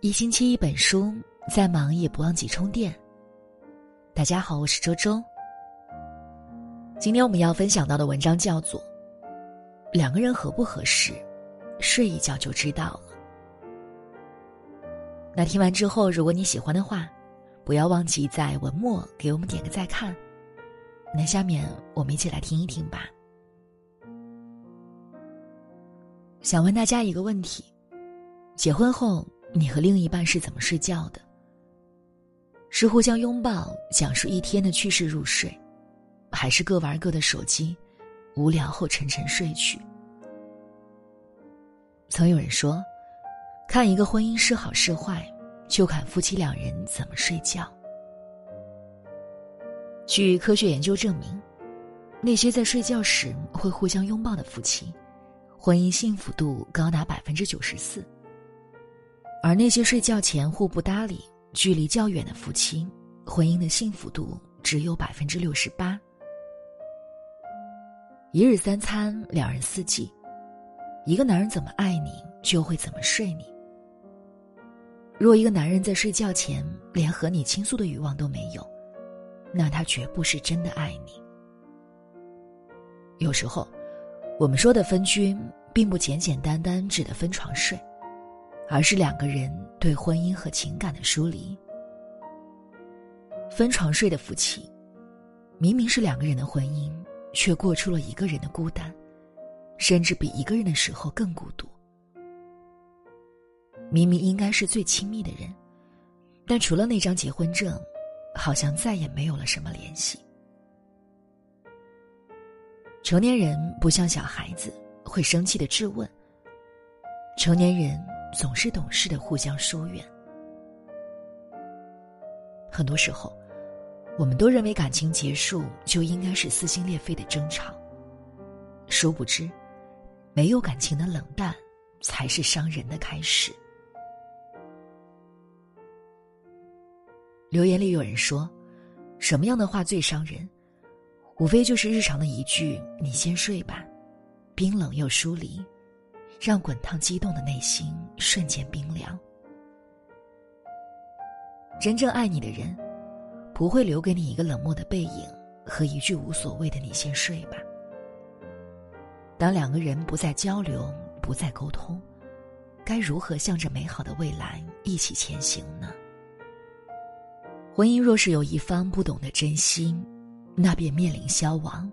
一星期一本书，再忙也不忘记充电。大家好，我是周周。今天我们要分享到的文章叫做两个人合不合适，睡一觉就知道了。那听完之后，如果你喜欢的话，不要忘记在文末给我们点个再看。那下面我们一起来听一听吧。想问大家一个问题，结婚后你和另一半是怎么睡觉的？是互相拥抱，讲述一天的趣事入睡，还是各玩各的手机，无聊后沉沉睡去？曾有人说，看一个婚姻是好是坏，就看夫妻两人怎么睡觉。据科学研究证明，那些在睡觉时会互相拥抱的夫妻，婚姻幸福度高达 94%。而那些睡觉前互不搭理、距离较远的夫妻，婚姻的幸福度只有 68%。一日三餐，两人四季，一个男人怎么爱你，就会怎么睡你。若一个男人在睡觉前连和你倾诉的欲望都没有，那他绝不是真的爱你。有时候，我们说的分居，并不简简单单指的分床睡，而是两个人对婚姻和情感的疏离。分床睡的夫妻，明明是两个人的婚姻，却过出了一个人的孤单，甚至比一个人的时候更孤独。明明应该是最亲密的人，但除了那张结婚证，好像再也没有了什么联系。成年人不像小孩子会生气的质问，成年人总是懂事的互相疏远。很多时候，我们都认为感情结束就应该是撕心裂肺的争吵，殊不知，没有感情的冷淡才是伤人的开始。留言里有人说，什么样的话最伤人？无非就是日常的一句“你先睡吧”，冰冷又疏离，让滚烫激动的内心瞬间冰凉。真正爱你的人，不会留给你一个冷漠的背影和一句无所谓的“你先睡吧”。当两个人不再交流，不再沟通，该如何向着美好的未来一起前行呢？婚姻若是有一方不懂得珍惜，那便面临消亡。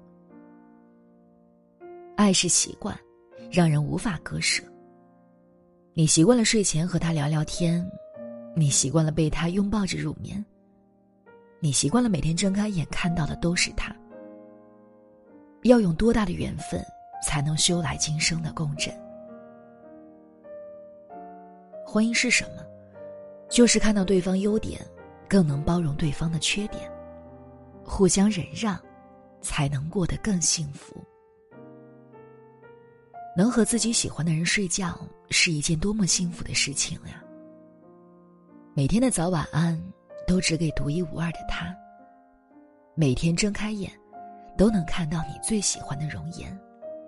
爱是习惯，让人无法割舍。你习惯了睡前和他聊聊天，你习惯了被他拥抱着入眠，你习惯了每天睁开眼看到的都是他。要用多大的缘分才能修来今生的共枕？婚姻是什么？就是看到对方优点，更能包容对方的缺点，互相忍让，才能过得更幸福。能和自己喜欢的人睡觉，是一件多么幸福的事情呀！每天的早晚安，都只给独一无二的他。每天睁开眼，都能看到你最喜欢的容颜。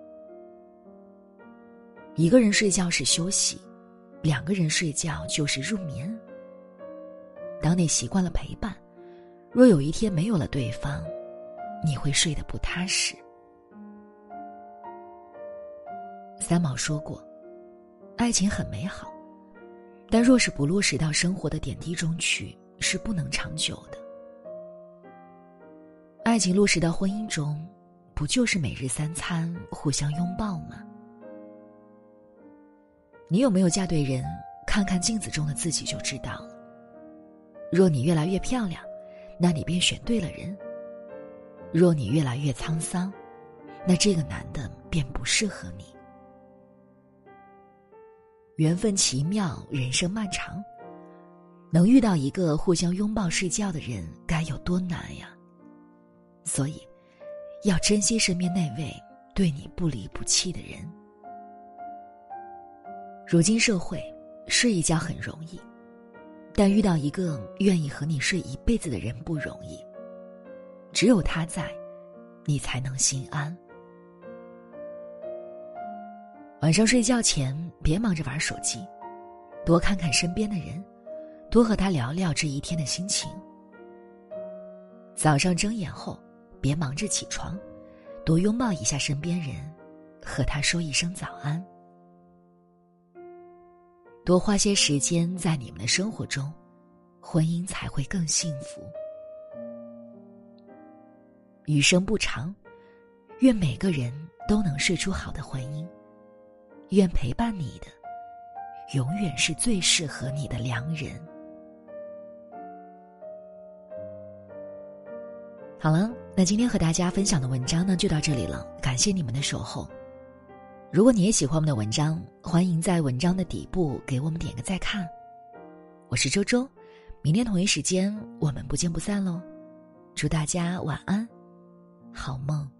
一个人睡觉是休息，两个人睡觉就是入眠。当你习惯了陪伴，若有一天没有了对方，你会睡得不踏实。三毛说过，爱情很美好，但若是不落实到生活的点滴中去，是不能长久的。爱情落实到婚姻中，不就是每日三餐互相拥抱吗？你有没有嫁对人，看看镜子中的自己就知道了。若你越来越漂亮，那你便选对了人；若你越来越沧桑，那这个男的便不适合你。缘分奇妙，人生漫长，能遇到一个互相拥抱睡觉的人，该有多难呀！所以，要珍惜身边那位对你不离不弃的人。如今社会，睡一觉很容易，但遇到一个愿意和你睡一辈子的人不容易。只有他在，你才能心安。晚上睡觉前别忙着玩手机，多看看身边的人， 多和他聊聊这一天的心情。早上睁眼后，别忙着起床，多拥抱一下身边人，和他说一声早安。多花些时间在你们的生活中，婚姻才会更幸福。余生不长，愿每个人都能睡出好的婚姻，愿陪伴你的永远是最适合你的良人。好了，那今天和大家分享的文章呢，就到这里了，感谢你们的守候。如果你也喜欢我们的文章，欢迎在文章的底部给我们点个再看。我是周周，明天同一时间我们不见不散喽。祝大家晚安，好梦。